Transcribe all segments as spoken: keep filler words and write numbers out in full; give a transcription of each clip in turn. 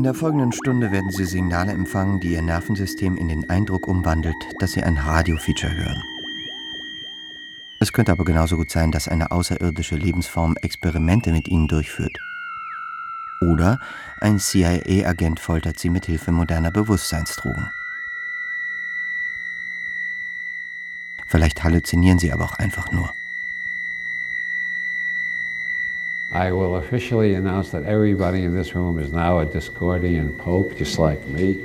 In der folgenden Stunde werden Sie Signale empfangen, die Ihr Nervensystem in den Eindruck umwandelt, dass Sie ein Radio-Feature hören. Es könnte aber genauso gut sein, dass eine außerirdische Lebensform Experimente mit Ihnen durchführt. Oder ein C I A-Agent foltert Sie mit Hilfe moderner Bewusstseinsdrogen. Vielleicht halluzinieren Sie aber auch einfach nur. I will officially announce that everybody in this room is now a Discordian Pope, just like me.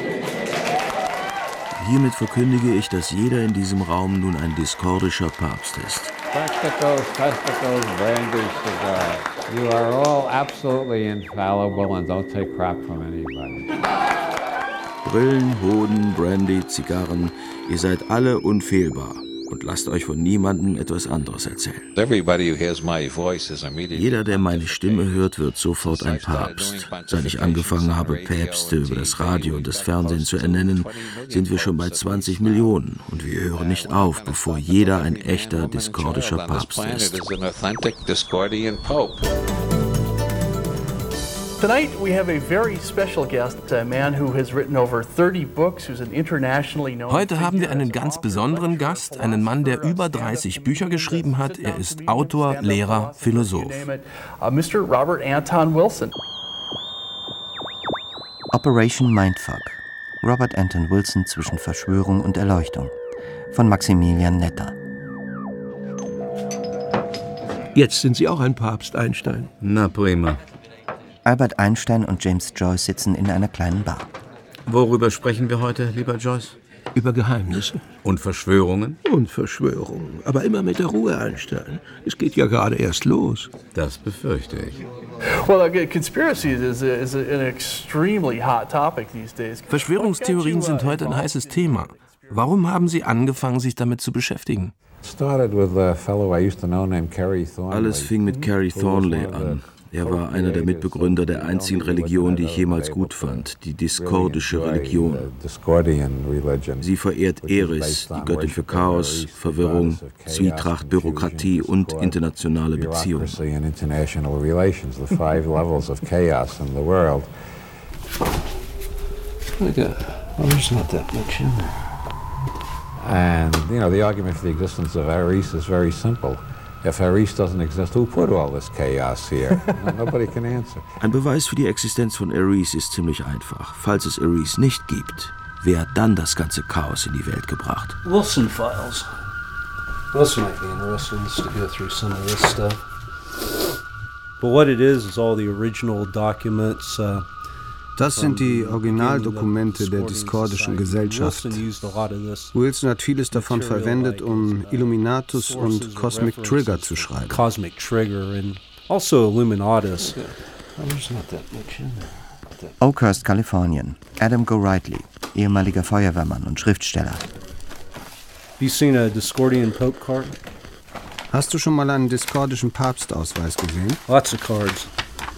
Hiermit verkündige ich, dass jeder in diesem Raum nun ein diskordischer Papst ist. Testicles, testicles, brandy, cigar. You are all absolutely infallible and don't take crap from anybody. Brillen, Hoden, Brandy, Zigarren, ihr seid alle unfehlbar. Und lasst euch von niemandem etwas anderes erzählen. Jeder, der meine Stimme hört, wird sofort ein Papst. Seit ich angefangen habe, Päpste über das Radio und das Fernsehen zu ernennen, sind wir schon bei zwanzig Millionen. Und wir hören nicht auf, bevor jeder ein echter diskordischer Papst ist. Tonight we have a very special guest, a man who has written over thirty books, who's an internationally known. Heute haben wir einen ganz besonderen Gast, einen Mann, der über dreißig Bücher geschrieben hat. Er ist Autor, Lehrer, Philosoph. Mister Robert Anton Wilson. Operation Mindfuck. Robert Anton Wilson zwischen Verschwörung und Erleuchtung. Von Maximilian Netter. Jetzt sind Sie auch ein Papst, Einstein. Na prima. Albert Einstein und James Joyce sitzen in einer kleinen Bar. Worüber sprechen wir heute, lieber Joyce? Über Geheimnisse. Und Verschwörungen? Und Verschwörungen. Aber immer mit der Ruhe, Einstein. Es geht ja gerade erst los. Das befürchte ich. Verschwörungstheorien sind heute ein heißes Thema. Warum haben Sie angefangen, sich damit zu beschäftigen? Alles fing mit Carey Thornley an. Er war einer der Mitbegründer der einzigen Religion, die ich jemals gut fand, die diskordische Religion. Sie verehrt Eris, die Göttin für Chaos, Verwirrung, Zwietracht, Bürokratie und internationale Beziehungen. And, you know, the argument for the existence of Ares is very simple. If Ares doesn't exist, who put all this chaos here? Nobody can answer. Ein Beweis für die Existenz von Ares ist ziemlich einfach. Falls es Ares nicht gibt, wer hat dann das ganze Chaos in die Welt gebracht? Wilson Files. Wilson might be interesting to go through some of this stuff. But what it is is all the original documents. Uh, Das sind die Originaldokumente der diskordischen Gesellschaft. Wilson hat vieles davon verwendet, um Illuminatus und Cosmic Trigger zu schreiben. Cosmic Trigger and also Illuminatus. Oakhurst, Kalifornien. Adam Gorightly, ehemaliger Feuerwehrmann und Schriftsteller. Have you seen a Discordian Pope card? Hast du schon mal einen diskordischen Papstausweis gesehen? Lots of cards.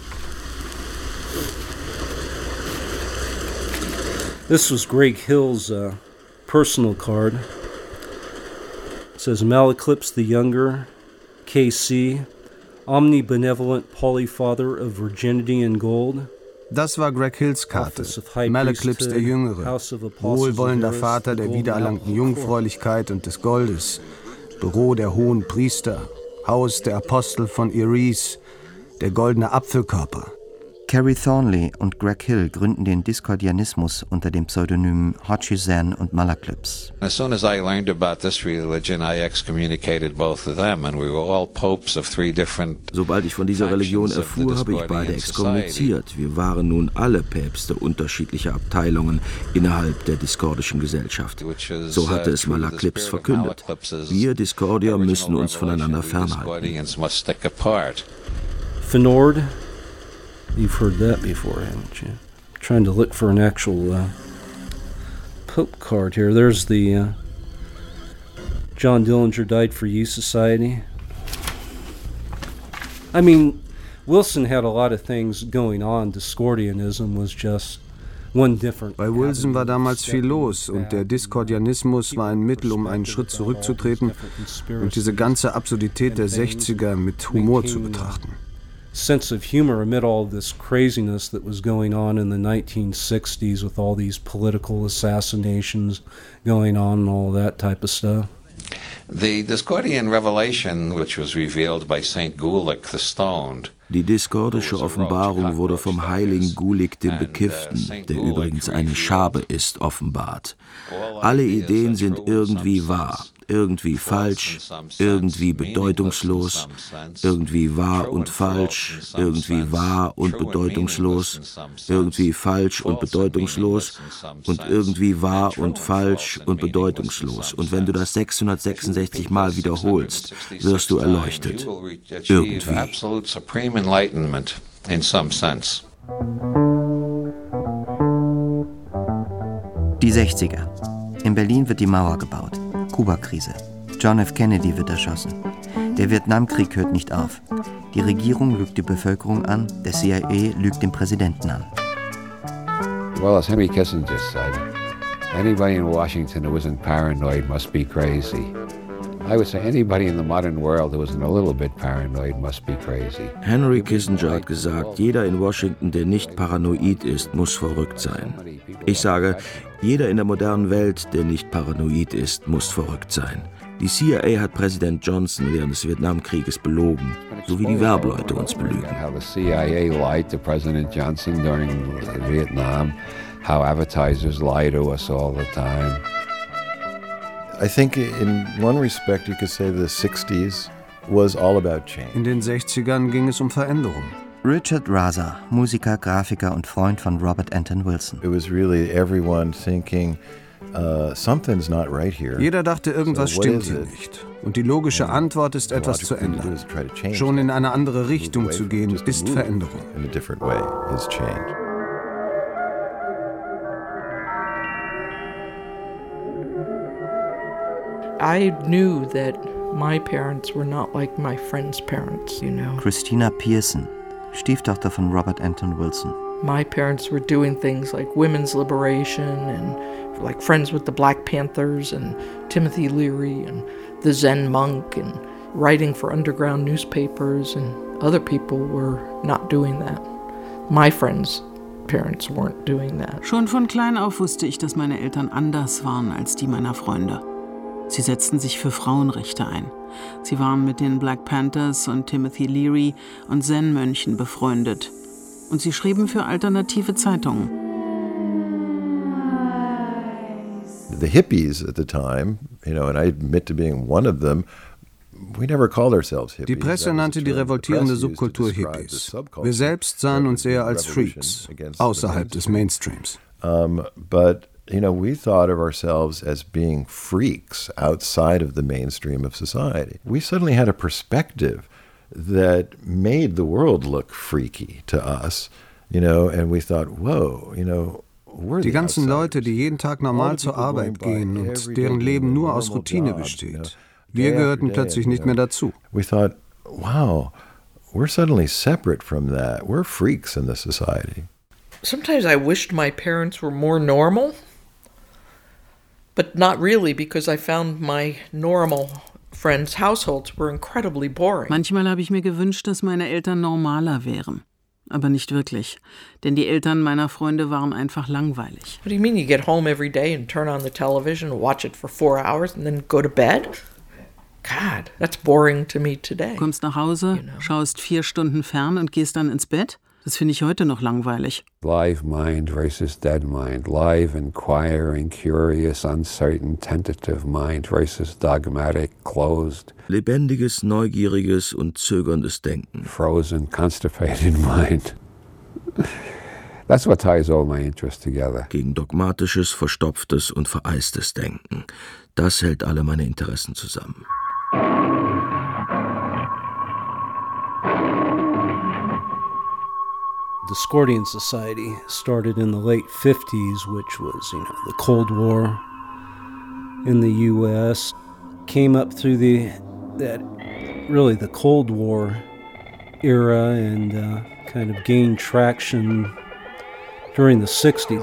This was Greg Hill's uh, personal card. It says Malaclypse the Younger, K C, Omnibenevolent Polyfather of Virginity and Gold. Das war Greg Hills Karte. Malaclypse der Jüngere, wohlwollender Vater der wiedererlangten Jungfräulichkeit und des Goldes, Büro der hohen Priester, Haus der Apostel von Eris, der goldene Apfelkörper. Carey Thornley und Greg Hill gründen den Discordianismus unter dem Pseudonym Hodgson und Malaclypse. As soon as I learned about this religion, I excommunicated both of them, and we were all popes of three different. Sobald ich von dieser Religion erfuhr, habe ich beide exkommuniziert. Wir waren nun alle Päpste unterschiedlicher Abteilungen innerhalb der diskordischen Gesellschaft. So hatte es Malaclypse verkündet. Wir Discordier müssen uns voneinander fernhalten. Fenord. You've heard that before, haven't you? I'm trying to look for an actual uh, Pope card here. There's the uh, John Dillinger Died for You Society. I mean, Wilson had a lot of things going on. Discordianism was just one different. Bei Wilson war damals viel los und der Discordianismus war ein Mittel, um einen Schritt zurückzutreten und diese ganze Absurdität der sechziger mit Humor zu betrachten. sense of humor amid all this craziness that was going on in the nineteen sixties with all these political assassinations going on and all that type of stuff. The Discordian revelation, which was revealed by Saint Gulick the Stoned, Die diskordische Offenbarung wurde vom heiligen Gulick dem Bekifften, der übrigens eine Schabe ist, offenbart. Alle Ideen sind irgendwie wahr, irgendwie falsch, irgendwie bedeutungslos, irgendwie wahr und falsch, irgendwie wahr und bedeutungslos, irgendwie falsch und bedeutungslos und irgendwie wahr und falsch und bedeutungslos. Und wenn du das sechshundertsechsundsechzig Mal wiederholst, wirst du erleuchtet. Irgendwie. Enlightenment in some sense. Die sechziger. In Berlin wird die Mauer gebaut. Kuba-Krise. John F. Kennedy wird erschossen. Der Vietnamkrieg hört nicht auf. Die Regierung lügt die Bevölkerung an, der C I A lügt den Präsidenten an. Well, as Henry Kissinger said, anybody in Washington who isn't paranoid must be crazy. I would say anybody in the modern world who isn't a little bit paranoid must be crazy. Henry Kissinger hat gesagt, jeder in Washington, der nicht paranoid ist, muss verrückt sein. Ich sage, jeder in der modernen Welt, der nicht paranoid ist, muss verrückt sein. Die C I A hat Präsident Johnson während des Vietnamkrieges belogen, so wie die Werbeleute uns belügen. How the C I A lied to President Johnson during Vietnam, how advertisers lie to us all the time. I think in one respect you could say the sixties was all about change. In den sechzigern ging es um Veränderung. Richard Raza, Musiker, Grafiker und Freund von Robert Anton Wilson. It was really everyone thinking uh, something's not right here. Jeder dachte, irgendwas so stimmt hier nicht. Und die logische Antwort ist, etwas zu ändern. Schon in eine andere Richtung zu gehen, ist Veränderung. In a different way is change. I knew that my parents were not like my friends' parents, you know. Christina Pearson, Stieftochter von Robert Anton Wilson. My parents were doing things like women's liberation and like friends with the Black Panthers and Timothy Leary and the Zen monk and writing for underground newspapers, and other people were not doing that. My friends' parents weren't doing that. Schon von klein auf wusste ich, dass meine Eltern anders waren als die meiner Freunde. Sie setzten sich für Frauenrechte ein. Sie waren mit den Black Panthers und Timothy Leary und Zen-Mönchen befreundet. Und sie schrieben für alternative Zeitungen. The hippies at the time, you know, and I admit to being one of them, we never called ourselves hippies. Die Presse nannte die revoltierende Subkultur Hippies. Wir selbst sahen uns eher als Freaks, außerhalb des Mainstreams. Um, but You know, we thought of ourselves as being freaks outside of the mainstream of society. We suddenly had a perspective that made the world look freaky to us, you know, and we thought, whoa, you know, we're die ganzen Leute, die jeden Tag normal zur Arbeit gehen und deren Leben nur aus Routine besteht. Wir gehörten plötzlich nicht mehr dazu. We thought, wow, we're suddenly separate from that. We're freaks in this society. Sometimes I wished my parents were more normal. But not really, because I found my normal friends' households were incredibly boring. Manchmal habe ich mir gewünscht, dass meine Eltern normaler wären. Aber nicht wirklich. Denn die Eltern meiner Freunde waren einfach langweilig. What do you mean? You get home every day and turn on the television and watch it for four hours and then go to bed? God, that's boring to me today. Du kommst nach Hause, you know? Schaust vier Stunden fern und gehst dann ins Bett? Das finde ich heute noch langweilig. Live mind versus dead mind. Live, inquiring, curious, uncertain, tentative mind versus dogmatic, closed. Lebendiges, neugieriges und zögerndes Denken. Frozen, constipated mind. That's what ties all my interests together. Gegen dogmatisches, verstopftes und vereistes Denken. Das hält alle meine Interessen zusammen. The Discordian Society started in the late fifties, which was, you know, the Cold War in the U S Came up through the that really the Cold War era and uh, kind of gained traction during the sixties.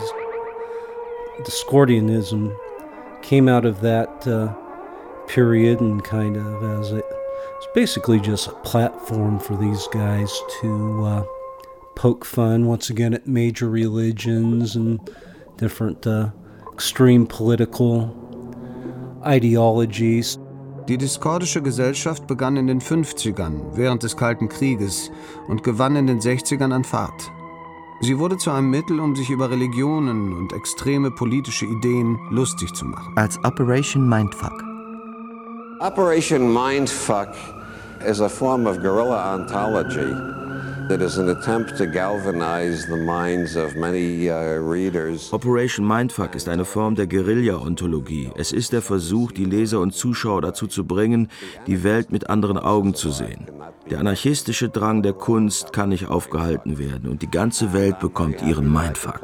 Discordianism came out of that uh, period and kind of as it It's basically just a platform for these guys to uh, poke fun once again at major religions and different uh, extreme political ideologies. Die diskordische Gesellschaft begann in den fünfzigern, während des Kalten Krieges, und gewann in den sechzigern an Fahrt. Sie wurde zu einem Mittel, um sich über Religionen und extreme politische Ideen lustig zu machen. Als Operation Mindfuck. Operation Mindfuck is a form of guerrilla ontology that is an attempt to galvanize the minds of many uh, readers. Operation Mindfuck ist eine Form der Guerilla-Ontologie. Es ist der Versuch, die Leser und Zuschauer dazu zu bringen, die Welt mit anderen Augen zu sehen. Der anarchistische Drang der Kunst kann nicht aufgehalten werden und die ganze Welt bekommt ihren Mindfuck.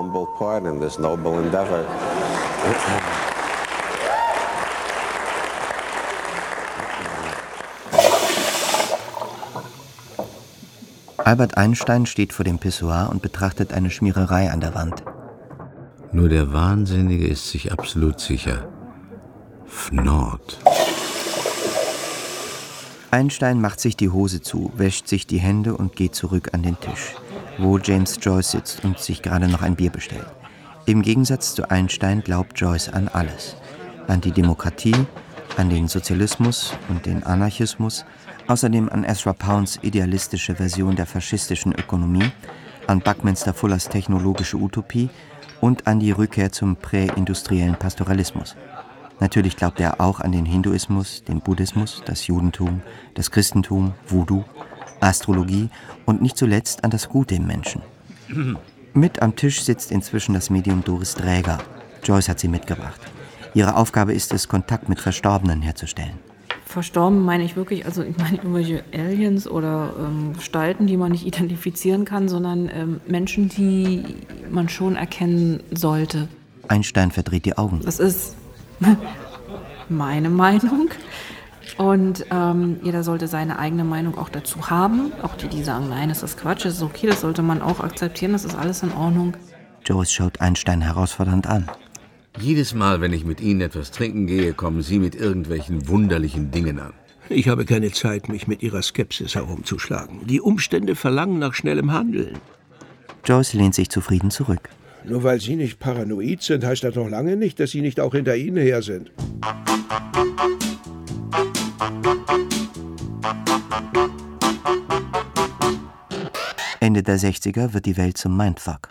Albert Einstein steht vor dem Pissoir und betrachtet eine Schmiererei an der Wand. Nur der Wahnsinnige ist sich absolut sicher. Fnord. Einstein macht sich die Hose zu, wäscht sich die Hände und geht zurück an den Tisch, wo James Joyce sitzt und sich gerade noch ein Bier bestellt. Im Gegensatz zu Einstein glaubt Joyce an alles. An die Demokratie, an den Sozialismus und den Anarchismus, außerdem an Ezra Pounds idealistische Version der faschistischen Ökonomie, an Buckminster Fullers technologische Utopie und an die Rückkehr zum präindustriellen Pastoralismus. Natürlich glaubt er auch an den Hinduismus, den Buddhismus, das Judentum, das Christentum, Voodoo, Astrologie und nicht zuletzt an das Gute im Menschen. Mit am Tisch sitzt inzwischen das Medium Doris Dräger. Joyce hat sie mitgebracht. Ihre Aufgabe ist es, Kontakt mit Verstorbenen herzustellen. Verstorben meine ich wirklich, also ich meine irgendwelche Aliens oder ähm, Gestalten, die man nicht identifizieren kann, sondern ähm, Menschen, die man schon erkennen sollte. Einstein verdreht die Augen. Das ist meine Meinung und ähm, jeder sollte seine eigene Meinung auch dazu haben. Auch die, die sagen, nein, das ist Quatsch, das ist okay, das sollte man auch akzeptieren, das ist alles in Ordnung. Joyce schaut Einstein herausfordernd an. Jedes Mal, wenn ich mit Ihnen etwas trinken gehe, kommen Sie mit irgendwelchen wunderlichen Dingen an. Ich habe keine Zeit, mich mit Ihrer Skepsis herumzuschlagen. Die Umstände verlangen nach schnellem Handeln. Joyce lehnt sich zufrieden zurück. Nur weil Sie nicht paranoid sind, heißt das noch lange nicht, dass Sie nicht auch hinter Ihnen her sind. Ende der sechziger wird die Welt zum Mindfuck.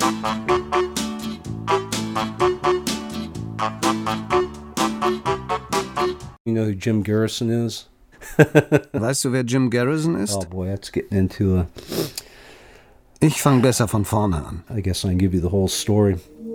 You know who Jim Garrison is? Weißt du, wer Jim Garrison ist? Oh boy, that's getting into a... Ich fange besser von vorne an. I guess I can give you the whole story.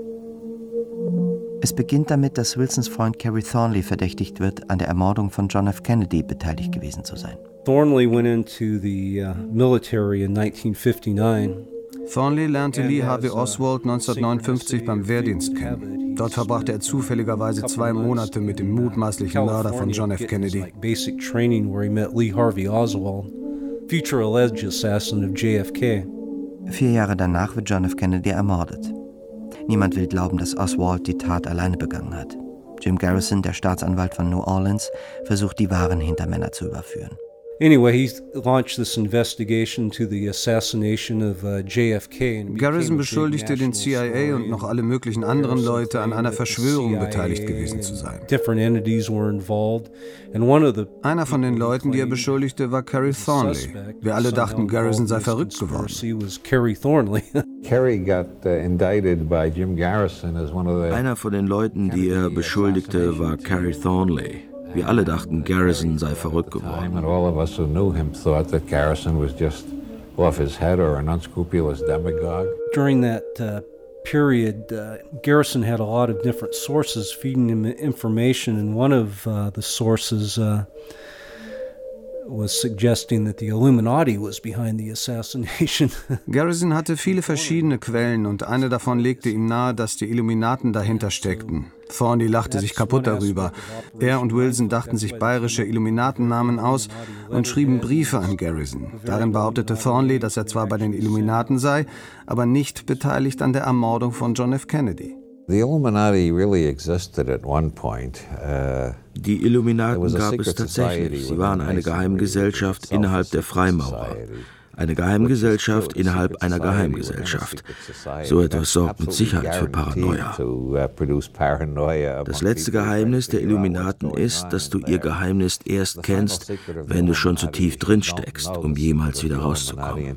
Es beginnt damit, dass Wilsons Freund Kerry Thornley verdächtigt wird, an der Ermordung von John F. Kennedy beteiligt gewesen zu sein. Thornley went into the uh, military in nineteen fifty-nine. Thornley lernte Lee Harvey Oswald neunzehnhundertneunundfünfzig beim Wehrdienst kennen. Dort verbrachte er zufälligerweise zwei Monate mit dem mutmaßlichen Mörder von John F. Kennedy. Basic training where he met Lee Harvey Oswald, future alleged assassin of J F K. Vier Jahre danach wird John F. Kennedy ermordet. Niemand will glauben, dass Oswald die Tat alleine begangen hat. Jim Garrison, der Staatsanwalt von New Orleans, versucht, die wahren Hintermänner zu überführen. Anyway, he launched this investigation to the assassination of uh, J F K. Garrison beschuldigte den C I A und noch alle möglichen anderen Leute, an einer Verschwörung beteiligt gewesen zu sein. Different entities were involved, and one of the Einer von den Leuten, die er beschuldigte, war Kerry Thornley. Wir alle dachten, Garrison sei verrückt geworden. Kerry Thornley. Kerry got uh, indicted by Jim Garrison as one of the... Einer von den Leuten, die er beschuldigte, war Kerry Thornley. Wir alle dachten, Garrison sei verrückt geworden. And all of us who knew him thought that Garrison was just off his head or an unscrupulous demagogue. During that uh, period, uh, Garrison had a lot of different sources feeding him information, and one of uh, the sources uh, was suggesting that the Illuminati was behind the assassination. Garrison hatte viele verschiedene Quellen und eine davon legte ihm nahe, dass die Illuminaten dahinter steckten. Thornley lachte sich kaputt darüber. Er und Wilson dachten sich bayerische Illuminatennamen aus und schrieben Briefe an Garrison. Darin behauptete Thornley, dass er zwar bei den Illuminaten sei, aber nicht beteiligt an der Ermordung von John F. Kennedy. The Illuminati really existed at one point. Uh, Die Illuminaten gab es tatsächlich. Sie waren eine Geheimgesellschaft innerhalb der Freimaurer. Eine Geheimgesellschaft innerhalb einer Geheimgesellschaft. So etwas sorgt mit Sicherheit für Paranoia. Das letzte Geheimnis der Illuminaten ist, dass du ihr Geheimnis erst kennst, wenn du schon zu tief drin steckst, um jemals wieder rauszukommen.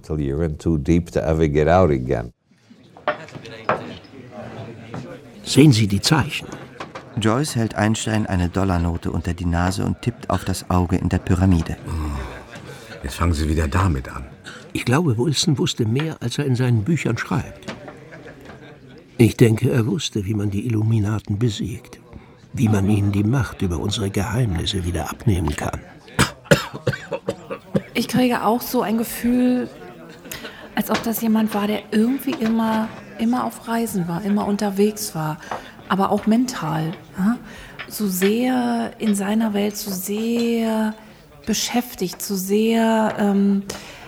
Sehen Sie die Zeichen? Joyce hält Einstein eine Dollarnote unter die Nase und tippt auf das Auge in der Pyramide. Jetzt fangen Sie wieder damit an. Ich glaube, Wilson wusste mehr, als er in seinen Büchern schreibt. Ich denke, er wusste, wie man die Illuminaten besiegt. Wie man ihnen die Macht über unsere Geheimnisse wieder abnehmen kann. Ich kriege auch so ein Gefühl, als ob das jemand war, der irgendwie immer, immer auf Reisen war, immer unterwegs war. Aber auch mental. So sehr in seiner Welt, so sehr beschäftigt, so sehr ähm,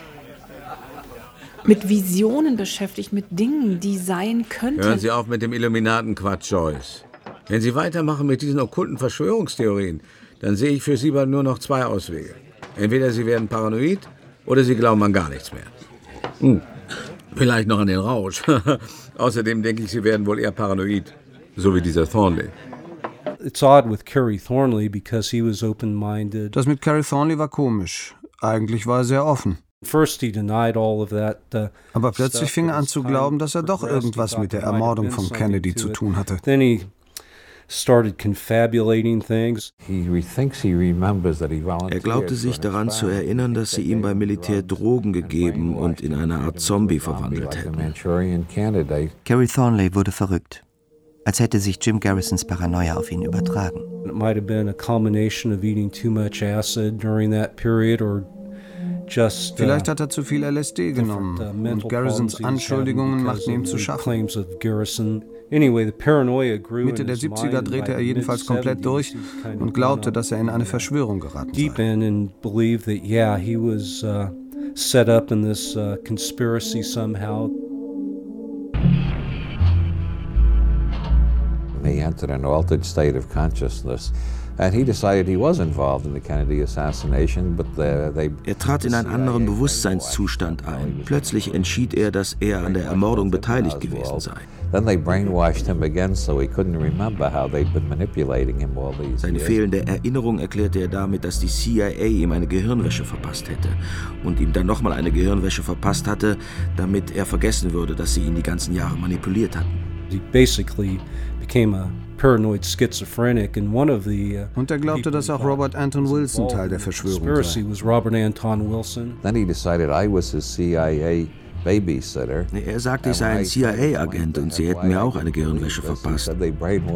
mit Visionen beschäftigt, mit Dingen, die sein könnten. Hören Sie auf mit dem Illuminatenquatsch, Joyce. Wenn Sie weitermachen mit diesen okkulten Verschwörungstheorien, dann sehe ich für Sie bald nur noch zwei Auswege. Entweder Sie werden paranoid oder Sie glauben an gar nichts mehr. Hm. Vielleicht noch an den Rausch. Außerdem denke ich, Sie werden wohl eher paranoid, so wie dieser Thornley. It's odd with Carey Thornley because he was open-minded. Das mit Carey Thornley war komisch. Eigentlich war er sehr offen. First he denied all of that, uh, Aber plötzlich fing er an zu glauben, dass er doch irgendwas mit der Ermordung von Kennedy zu tun hatte. Then he started confabulating things. Er glaubte sich daran zu erinnern, dass sie ihm beim Militär Drogen gegeben und in eine Art Zombie verwandelt hätten. Carey Thornley wurde verrückt, als hätte sich Jim Garrisons Paranoia auf ihn übertragen. It might have been a combination of eating too much acid during that period or just, uh, Vielleicht hat er zu viel L S D genommen uh, und Garrisons Anschuldigungen machten ihm zu schaffen. Anyway, the paranoia grew Mitte der siebziger drehte er jedenfalls komplett durch und glaubte, dass er in eine Verschwörung geraten sei. Deep in and believed that, yeah, he was uh, set up in this uh, conspiracy somehow. He entered an altered state of consciousness. And he decided he was involved in the Kennedy assassination, but they... Er trat in einen anderen Bewusstseinszustand ein. Plötzlich entschied er, dass er an der Ermordung beteiligt gewesen sei. Then they brainwashed him again, so he couldn't remember how they'd been manipulating him all these years. Seine fehlende Erinnerung erklärte er damit, dass die C I A ihm eine Gehirnwäsche verpasst hätte und ihm dann nochmal eine Gehirnwäsche verpasst hatte, damit er vergessen würde, dass sie ihn die ganzen Jahre manipuliert hatten. He basically became a paranoid schizophrenic and one of the uh, Und er glaubte, dass auch Robert Anton Wilson Teil der Verschwörung sei. Was Robert Anton Wilson. Then he decided I was his C I A babysitter. Er sagte, ich sei ein C I A-Agent und sie hätten mir auch eine Gehirnwäsche verpasst. Und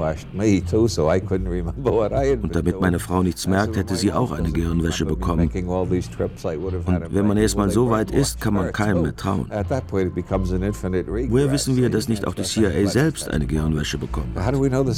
damit meine Frau nichts merkt, hätte sie auch eine Gehirnwäsche bekommen. Und wenn man erst mal so weit ist, kann man keinem mehr trauen. Woher wissen wir, dass nicht auch die C I A selbst eine Gehirnwäsche bekommen hat?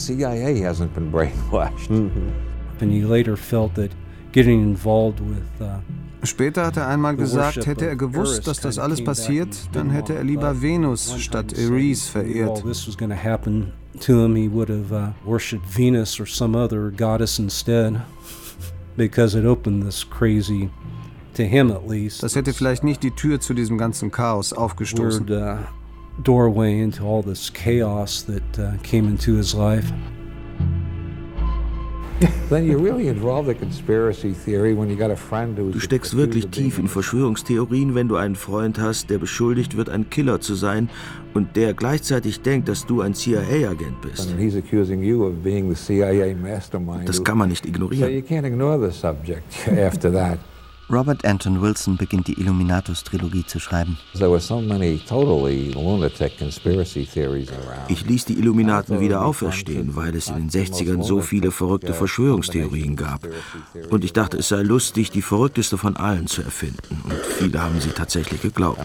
And he later felt that getting involved with uh, Später hat er einmal gesagt, hätte er gewusst, dass das alles passiert, dann hätte er lieber Venus statt Eris verehrt. This was going to happen to him. He would have uh, worshipped Venus or some other goddess instead, because it opened this crazy, to him at least. Das hätte vielleicht nicht die Tür zu diesem ganzen Chaos aufgestoßen. Weird, uh, doorway into all this chaos that uh, came into his life. Du steckst wirklich tief in Verschwörungstheorien, wenn du einen Freund hast, der beschuldigt wird, ein Killer zu sein und der gleichzeitig denkt, dass du ein C I A-Agent bist. Das kann man nicht ignorieren. Robert Anton Wilson beginnt die Illuminatus-Trilogie zu schreiben. Ich ließ die Illuminaten wieder auferstehen, weil es in den sechzigern so viele verrückte Verschwörungstheorien gab. Und ich dachte, es sei lustig, die verrückteste von allen zu erfinden. Und viele haben sie tatsächlich geglaubt.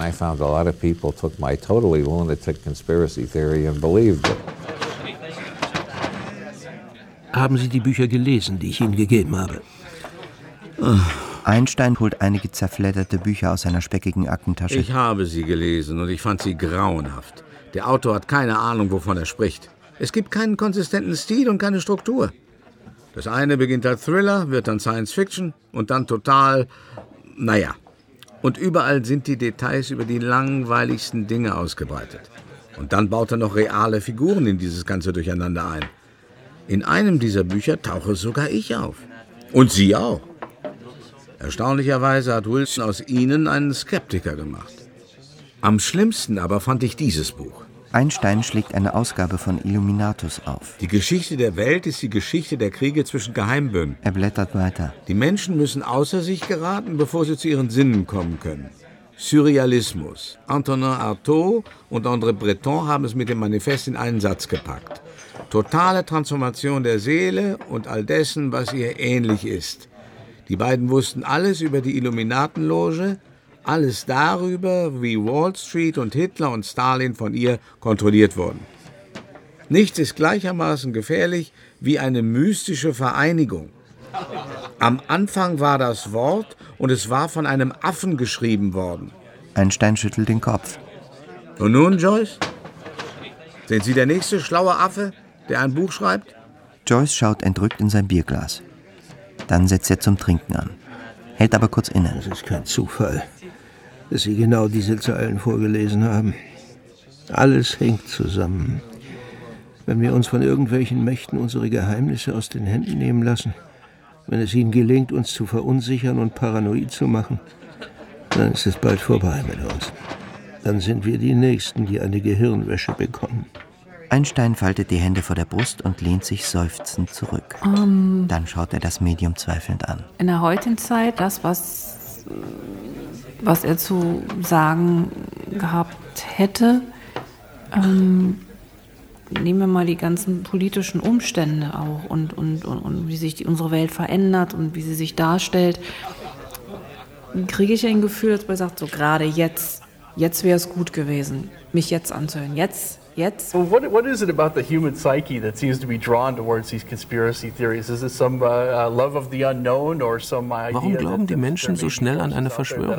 Haben Sie die Bücher gelesen, die ich Ihnen gegeben habe? Einstein holt einige zerfledderte Bücher aus seiner speckigen Aktentasche. Ich habe sie gelesen und ich fand sie grauenhaft. Der Autor hat keine Ahnung, wovon er spricht. Es gibt keinen konsistenten Stil und keine Struktur. Das eine beginnt als Thriller, wird dann Science Fiction und dann total, naja. Und überall sind die Details über die langweiligsten Dinge ausgebreitet. Und dann baut er noch reale Figuren in dieses ganze Durcheinander ein. In einem dieser Bücher tauche sogar ich auf. Und Sie auch. Erstaunlicherweise hat Wilson aus Ihnen einen Skeptiker gemacht. Am schlimmsten aber fand ich dieses Buch. Einstein schlägt eine Ausgabe von Illuminatus auf. Die Geschichte der Welt ist die Geschichte der Kriege zwischen Geheimbünden. Er blättert weiter. Die Menschen müssen außer sich geraten, bevor sie zu ihren Sinnen kommen können. Surrealismus. Antonin Artaud und André Breton haben es mit dem Manifest in einen Satz gepackt. Totale Transformation der Seele und all dessen, was ihr ähnlich ist. Die beiden wussten alles über die Illuminatenloge, alles darüber, wie Wall Street und Hitler und Stalin von ihr kontrolliert wurden. Nichts ist gleichermaßen gefährlich wie eine mystische Vereinigung. Am Anfang war das Wort und es war von einem Affen geschrieben worden. Einstein schüttelt den Kopf. Und nun, Joyce? Sind Sie der nächste schlaue Affe, der ein Buch schreibt? Joyce schaut entrückt in sein Bierglas. Dann setzt er zum Trinken an. Hält aber kurz inne. Das ist kein Zufall, dass Sie genau diese Zeilen vorgelesen haben. Alles hängt zusammen. Wenn wir uns von irgendwelchen Mächten unsere Geheimnisse aus den Händen nehmen lassen, wenn es ihnen gelingt, uns zu verunsichern und paranoid zu machen, dann ist es bald vorbei mit uns. Dann sind wir die Nächsten, die eine Gehirnwäsche bekommen. Einstein faltet die Hände vor der Brust und lehnt sich seufzend zurück. Um, Dann schaut er das Medium zweifelnd an. In der heutigen Zeit, das, was, was er zu sagen gehabt hätte, ähm, nehmen wir mal die ganzen politischen Umstände auch und, und, und, und wie sich die, unsere Welt verändert und wie sie sich darstellt, kriege ich ein Gefühl, dass man sagt, so gerade jetzt, jetzt wäre es gut gewesen, mich jetzt anzuhören. Jetzt, jetzt. Well, what, what is it about the human psyche that seems to be drawn towards these conspiracy theories? Is it some uh, love of the unknown or some idea? Warum glauben die Menschen so schnell an eine Verschwörung?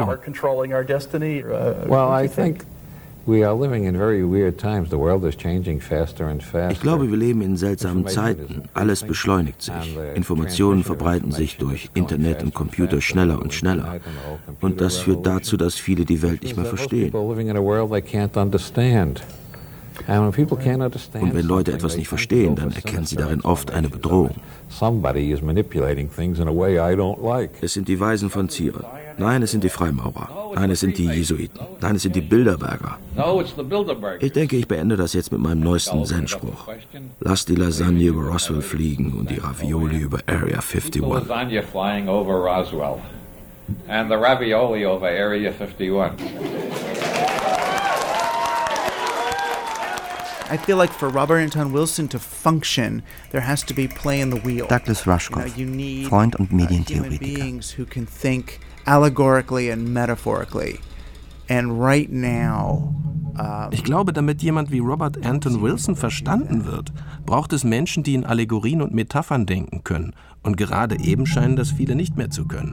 Well, I think we are living in very weird times. The world is changing faster and faster. Ich glaube, wir leben in seltsamen Zeiten. Alles beschleunigt sich. Informationen verbreiten sich durch Internet und Computer schneller und schneller. Und das führt dazu, dass viele die Welt nicht mehr verstehen. Und wenn Leute etwas nicht verstehen, dann erkennen sie darin oft eine Bedrohung. Es sind die Weisen von Zion. Nein, es sind die Freimaurer. Nein, es sind die Jesuiten. Nein, es sind die Bilderberger. Ich denke, ich beende das jetzt mit meinem neuesten Zen-Spruch. Lass die Lasagne über Roswell fliegen und die Ravioli über Area fifty-one. Lasagne flying over Roswell and the ravioli over Area fifty-one. I feel like for Robert Anton Wilson to function, there has to be play in the wheel. Douglas Rushkoff, you know, you need, Freund und uh, Medientheoretiker. Human beings who can think allegorically and metaphorically. And right now, um, ich glaube, damit jemand wie Robert Anton Wilson verstanden wird, braucht es Menschen, die in Allegorien und Metaphern denken können. Und gerade eben scheinen das viele nicht mehr zu können.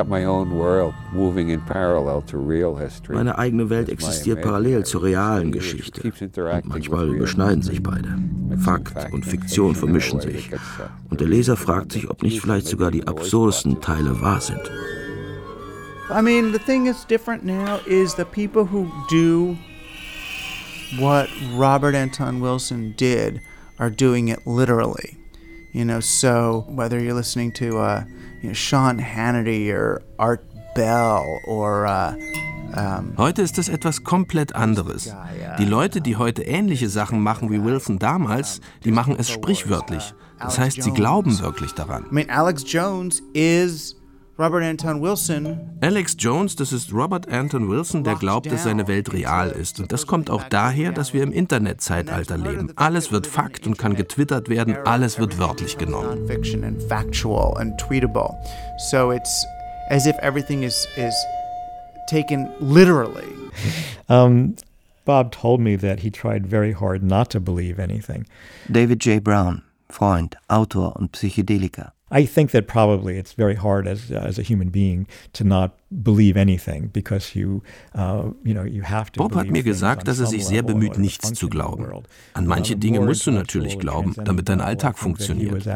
Meine eigene Welt existiert parallel zur realen Geschichte. Und manchmal überschneiden sich beide. Fakt und Fiktion vermischen sich. Und der Leser fragt sich, ob nicht vielleicht sogar die absurdesten Teile wahr sind. I mean, the thing that's different now is the people who do what Robert Anton Wilson did are doing it literally. You know, so whether you're listening to uh, you know, Sean Hannity or Art Bell or uh, um, Heute ist es etwas komplett anderes. Die Leute, die heute ähnliche Sachen machen wie Wilson damals, die machen es sprichwörtlich. Das heißt, sie glauben wirklich daran. I mean, Alex Jones is Robert Anton Wilson. Alex Jones, das ist Robert Anton Wilson, der glaubt, dass seine Welt real ist. Und das kommt auch daher, dass wir im Internetzeitalter leben. Alles wird Fakt und kann getwittert werden, alles wird wörtlich genommen. Nonfiction and factual and tweetable. So it's as if everything is is taken literally. Um, Bob told me that he tried very hard not to believe anything. David J. Brown, Freund, Autor und Psychedeliker. I think that probably it's very hard as as a human being to not believe anything because you uh, you know you have to. Bob hat mir gesagt, dass er sich sehr bemüht, nichts zu glauben. An manche Dinge musst du natürlich glauben, damit dein Alltag funktioniert.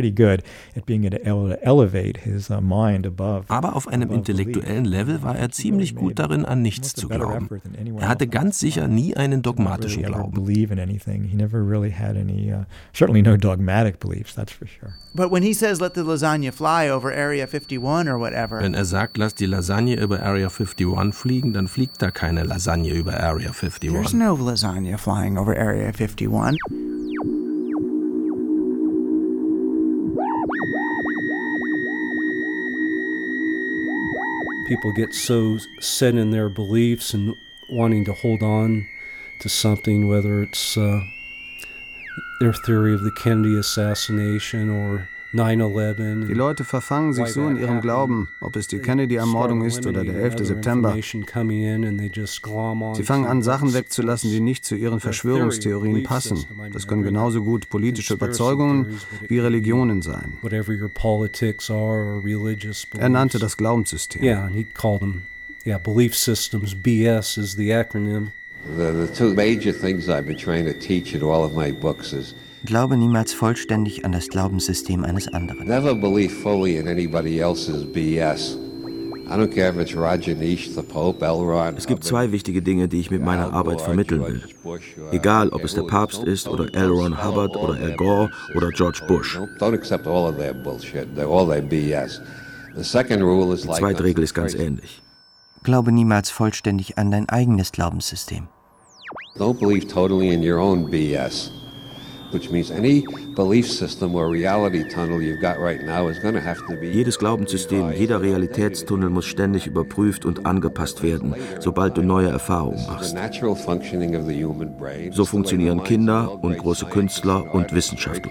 Aber auf einem intellektuellen Level war er ziemlich gut darin, an nichts zu glauben. Er hatte ganz sicher nie einen dogmatischen Glauben. But when he says let the lasagna fly over Area fifty-one or whatever. Wenn er sagt, lass die Lasagne über Area fifty-one fliegen, dann fliegt da keine Lasagne über Area fifty-one. There's no lasagna flying over Area fifty-one. People get so set in their beliefs and wanting to hold on to something, whether it's uh, their theory of the Kennedy assassination or nine eleven. Die Leute verfangen sich so in ihrem Glauben, ob es die Kennedy-Ermordung ist oder der elfte September. Sie fangen an, Sachen wegzulassen, die nicht zu ihren Verschwörungstheorien passen. Das können genauso gut politische Überzeugungen wie Religionen sein. Er nannte das Glaubenssystem. Yeah, and he called them, yeah, belief systems. B S is the acronym. The, the two major things I've been trying to teach in all of my books is Glaube niemals vollständig an das Glaubenssystem eines anderen. Never believe fully in anybody else's B S. I don't care if it's Rajneesh, the Pope, L. Ron. Es gibt zwei wichtige Dinge, die ich mit meiner Arbeit vermitteln will. Egal, ob es der Papst ist oder L. Ron Hubbard oder Al Gore oder George Bush. Don't accept all of their bullshit. They're all their B S. The second rule is Die like zweite Regel ist ganz ähnlich. Glaube niemals vollständig an dein eigenes Glaubenssystem. Don't believe totally in your own B S. Which means any belief system or reality tunnel you've got right now is going to have to be. Jedes Glaubenssystem, jeder Realitätstunnel muss ständig überprüft und angepasst werden, sobald du neue Erfahrungen machst. So funktionieren Kinder und große Künstler und Wissenschaftler.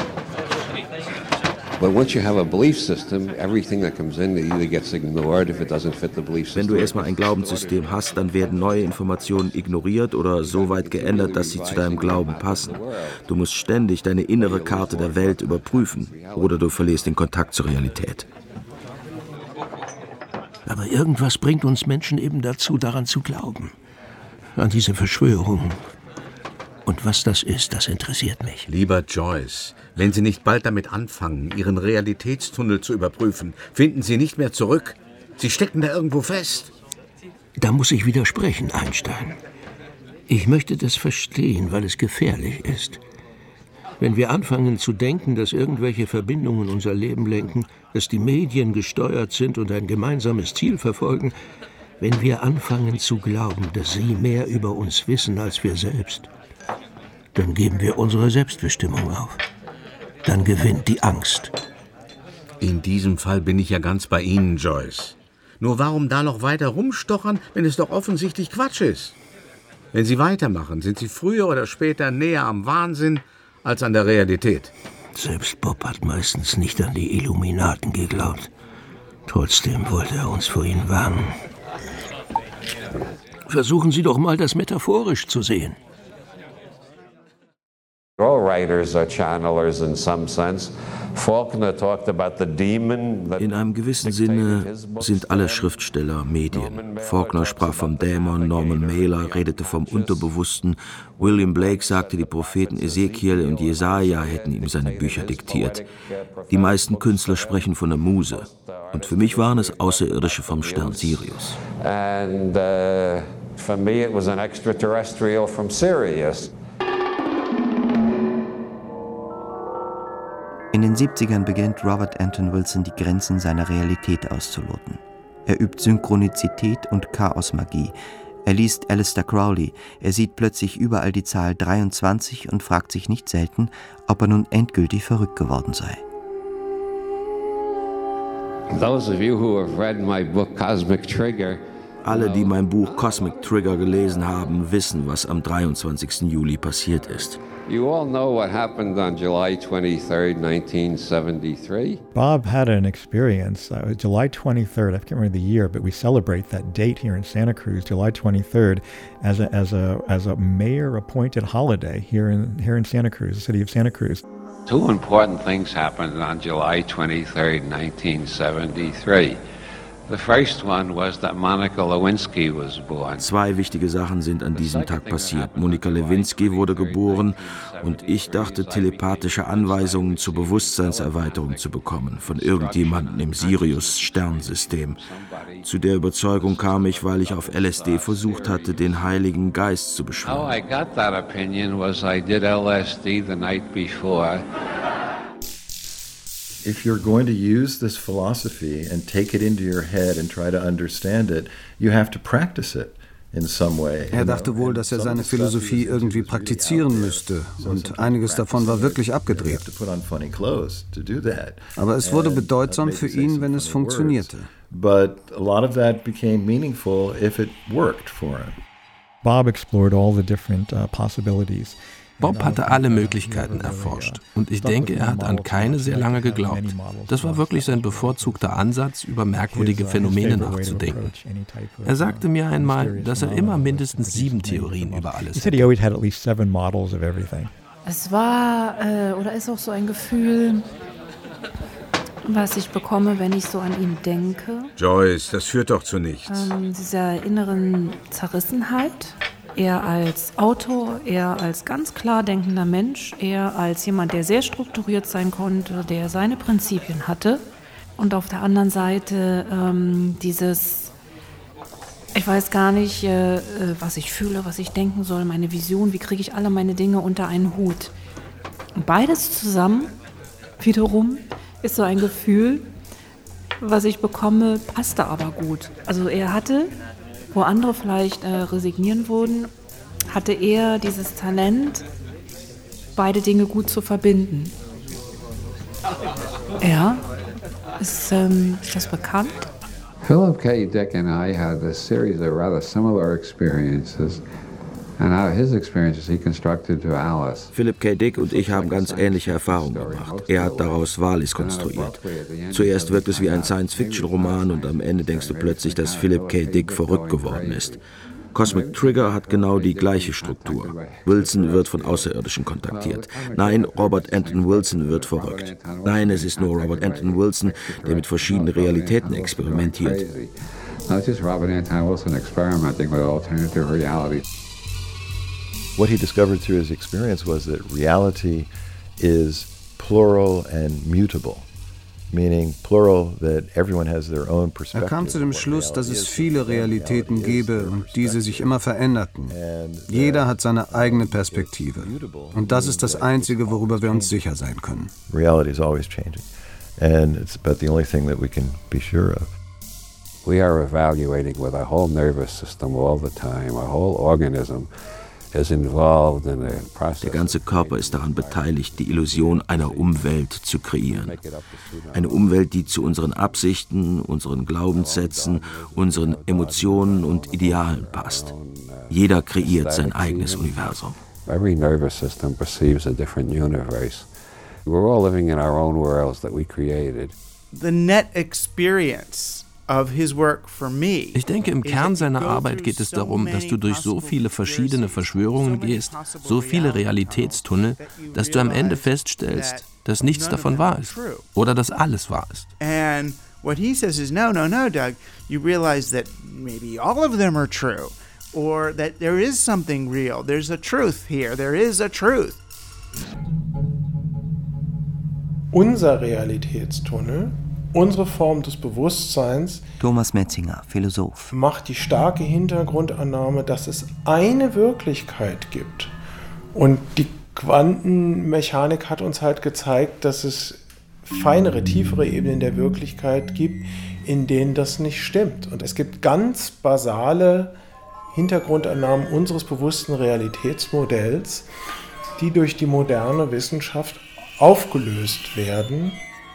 But once you have a belief system, everything that comes in either gets ignored if it doesn't fit the belief system. Wenn du erstmal ein Glaubenssystem hast, dann werden neue Informationen ignoriert oder so weit geändert, dass sie zu deinem Glauben passen. Du musst ständig deine innere Karte der Welt überprüfen oder du verlierst den Kontakt zur Realität. Aber irgendwas bringt uns Menschen eben dazu, daran zu glauben. An diese Verschwörungen. Und was das ist, das interessiert mich. Lieber Joyce, wenn Sie nicht bald damit anfangen, Ihren Realitätstunnel zu überprüfen, finden Sie nicht mehr zurück. Sie stecken da irgendwo fest. Da muss ich widersprechen, Einstein. Ich möchte das verstehen, weil es gefährlich ist. Wenn wir anfangen zu denken, dass irgendwelche Verbindungen unser Leben lenken, dass die Medien gesteuert sind und ein gemeinsames Ziel verfolgen, wenn wir anfangen zu glauben, dass sie mehr über uns wissen als wir selbst, dann geben wir unsere Selbstbestimmung auf. Dann gewinnt die Angst. In diesem Fall bin ich ja ganz bei Ihnen, Joyce. Nur warum da noch weiter rumstochern, wenn es doch offensichtlich Quatsch ist? Wenn Sie weitermachen, sind Sie früher oder später näher am Wahnsinn als an der Realität. Selbst Bob hat meistens nicht an die Illuminaten geglaubt. Trotzdem wollte er uns vor ihnen warnen. Versuchen Sie doch mal, das metaphorisch zu sehen. All writers are channelers in some sense. Faulkner talked about the demon. In einem gewissen Sinne sind alle Schriftsteller Medien. Faulkner sprach vom Dämon, Norman Mailer redete vom Unterbewussten, William Blake sagte, die Propheten Ezekiel und Jesaja hätten ihm seine Bücher diktiert. Die meisten Künstler sprechen von der Muse. Und für mich waren es Außerirdische vom Stern Sirius. And uh, for me it was an extraterrestrial from Sirius. In den siebzigern beginnt Robert Anton Wilson die Grenzen seiner Realität auszuloten. Er übt Synchronizität und Chaosmagie. Er liest Aleister Crowley. Er sieht plötzlich überall die Zahl dreiundzwanzig und fragt sich nicht selten, ob er nun endgültig verrückt geworden sei. Those of you who have read my book Cosmic Trigger. Alle, die mein Buch Cosmic Trigger gelesen haben, wissen, was am dreiundzwanzigsten Juli passiert ist. You all know what happened on July twenty-third, nineteen seventy-three. Bob had an experience. Uh, July twenty-third. I can't remember the year, but we celebrate that date here in Santa Cruz, July twenty-third, as a as a as a mayor-appointed holiday here in here in Santa Cruz, the city of Santa Cruz. Two important things happened on July twenty-third, nineteen seventy-three. The first one was that Monica Lewinsky was born. Zwei wichtige Sachen sind an diesem Tag passiert. Monika Lewinsky wurde geboren und ich dachte, telepathische Anweisungen zur Bewusstseinserweiterung zu bekommen von irgendjemandem im Sirius-Sternsystem. Zu der Überzeugung kam ich, weil ich auf L S D versucht hatte, den Heiligen Geist zu beschwören. How I got that opinion was I did L S D the night before. If you're going to use this philosophy and take it into your head and try to understand it, you have to practice it in some way. Er dachte wohl, dass er seine Philosophie irgendwie praktizieren müsste, und einiges davon war wirklich abgedreht. Aber es wurde bedeutsam für ihn, wenn es funktionierte. But a lot of that became meaningful if it worked for him. Bob explored all the different uh, possibilities. Bob hatte alle Möglichkeiten erforscht und ich denke, er hat an keine sehr lange geglaubt. Das war wirklich sein bevorzugter Ansatz, über merkwürdige Phänomene nachzudenken. Er sagte mir einmal, dass er immer mindestens sieben Theorien über alles hatte. Es war äh, oder ist auch so ein Gefühl, was ich bekomme, wenn ich so an ihn denke. Joyce, das führt doch zu nichts. Ähm, dieser inneren Zerrissenheit. Er als Autor, er als ganz klar denkender Mensch, er als jemand, der sehr strukturiert sein konnte, der seine Prinzipien hatte. Und auf der anderen Seite ähm, dieses, ich weiß gar nicht, äh, was ich fühle, was ich denken soll, meine Vision, wie kriege ich alle meine Dinge unter einen Hut. Und beides zusammen, wiederum, ist so ein Gefühl, was ich bekomme, passte aber gut. Also er hatte... Wo andere vielleicht äh, resignieren würden, hatte er dieses Talent, beide Dinge gut zu verbinden. Ja, ist ähm, das bekannt? Philip K. Dick and I had a series of rather similar experiences. And out of his experiences he constructed to Alice. Philip K. Dick und ich haben ganz ähnliche Erfahrungen gemacht. Er hat daraus Wallis konstruiert. Zuerst wirkt es wie ein Science-Fiction-Roman und am Ende denkst du plötzlich, dass Philip K. Dick verrückt geworden ist. Cosmic Trigger hat genau die gleiche Struktur. Wilson wird von Außerirdischen kontaktiert. Nein, Robert Anton Wilson wird verrückt. Nein, es ist nur Robert Anton Wilson, der mit verschiedenen Realitäten experimentiert. Not just Robert Anton Wilson experimenting with alternative reality. What he discovered through his experience was that reality is plural and mutable, meaning plural that everyone has their own perspective. Er kam zu dem Schluss, dass es viele Realitäten gäbe und diese sich immer veränderten. Jeder hat seine eigene Perspektive. Und das ist das Einzige, worüber wir uns sicher sein können. Reality is always changing, and it's about the only thing that we can be sure of. We are evaluating with our whole nervous system all the time, our whole organism. Der ganze Körper ist daran beteiligt, die Illusion einer Umwelt zu kreieren. Eine Umwelt, die zu unseren Absichten, unseren Glaubenssätzen, unseren Emotionen und Idealen passt. Jeder kreiert sein eigenes Universum. Every nervous system perceives a different universe. We're all living in our own worlds that we created. The net experience of his work for me. Ich denke, im Kern seiner Arbeit geht es darum, dass du durch so viele verschiedene Verschwörungen gehst, so viele Realitätstunnel, dass du am Ende feststellst, dass nichts davon wahr ist oder dass alles wahr ist. And what he says is, no, no, no, Doug, you realize that maybe all of them are true, or that there is something real, there's a truth here, there is a truth. Unser Realitätstunnel, unsere Form des Bewusstseins, Thomas Metzinger, Philosoph, macht die starke Hintergrundannahme, dass es eine Wirklichkeit gibt. Und die Quantenmechanik hat uns halt gezeigt, dass es feinere, tiefere Ebenen der Wirklichkeit gibt, in denen das nicht stimmt. Und es gibt ganz basale Hintergrundannahmen unseres bewussten Realitätsmodells, die durch die moderne Wissenschaft aufgelöst werden.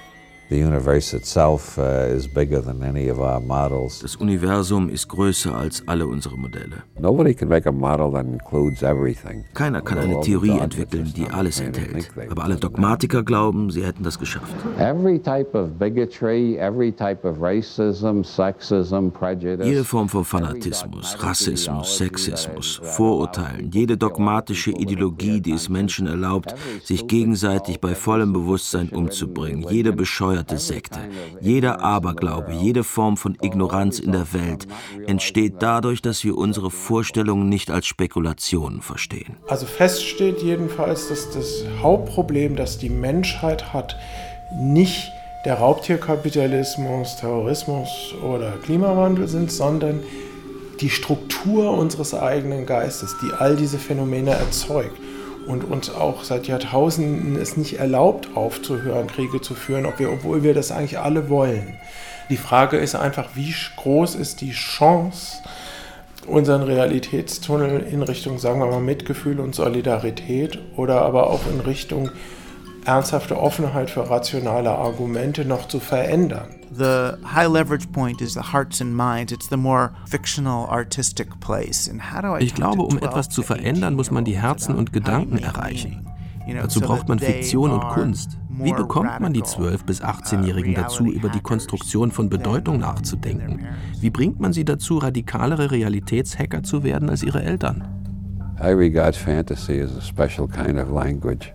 The universe itself uh, is bigger than any of our models. Das Universum ist größer als alle unsere Modelle. Nobody can make a model that includes everything. Keiner kann eine Theorie entwickeln, die alles enthält. Aber alle Dogmatiker glauben, sie hätten das geschafft. Every type of bigotry, every type of racism, sexism, prejudice. Jede Form von Fanatismus, Rassismus, Sexismus, Vorurteilen, jede dogmatische Ideologie, die es Menschen erlaubt, sich gegenseitig bei vollem Bewusstsein umzubringen, jede bescheuerte Sekte, jeder Aberglaube, jede Form von Ignoranz in der Welt entsteht dadurch, dass wir unsere Vorstellungen nicht als Spekulationen verstehen. Also fest steht jedenfalls, dass das Hauptproblem, das die Menschheit hat, nicht der Raubtierkapitalismus, Terrorismus oder Klimawandel sind, sondern die Struktur unseres eigenen Geistes, die all diese Phänomene erzeugt. Und uns auch seit Jahrtausenden es nicht erlaubt, aufzuhören, Kriege zu führen, ob wir, obwohl wir das eigentlich alle wollen. Die Frage ist einfach, wie groß ist die Chance, unseren Realitätstunnel in Richtung, sagen wir mal, Mitgefühl und Solidarität oder aber auch in Richtung ernsthafte Offenheit für rationale Argumente noch zu verändern. The high leverage point is the hearts and minds. It's the more fictional, artistic place. And how do I Ich glaube, um etwas zu verändern, muss man die Herzen und Gedanken erreichen. Dazu braucht man Fiktion und Kunst. Wie bekommt man die zwölf- bis achtzehnjährigen dazu, über die Konstruktion von Bedeutung nachzudenken? Wie bringt man sie dazu, radikalere Realitätshacker zu werden als ihre Eltern? I regard fantasy as a special kind of language.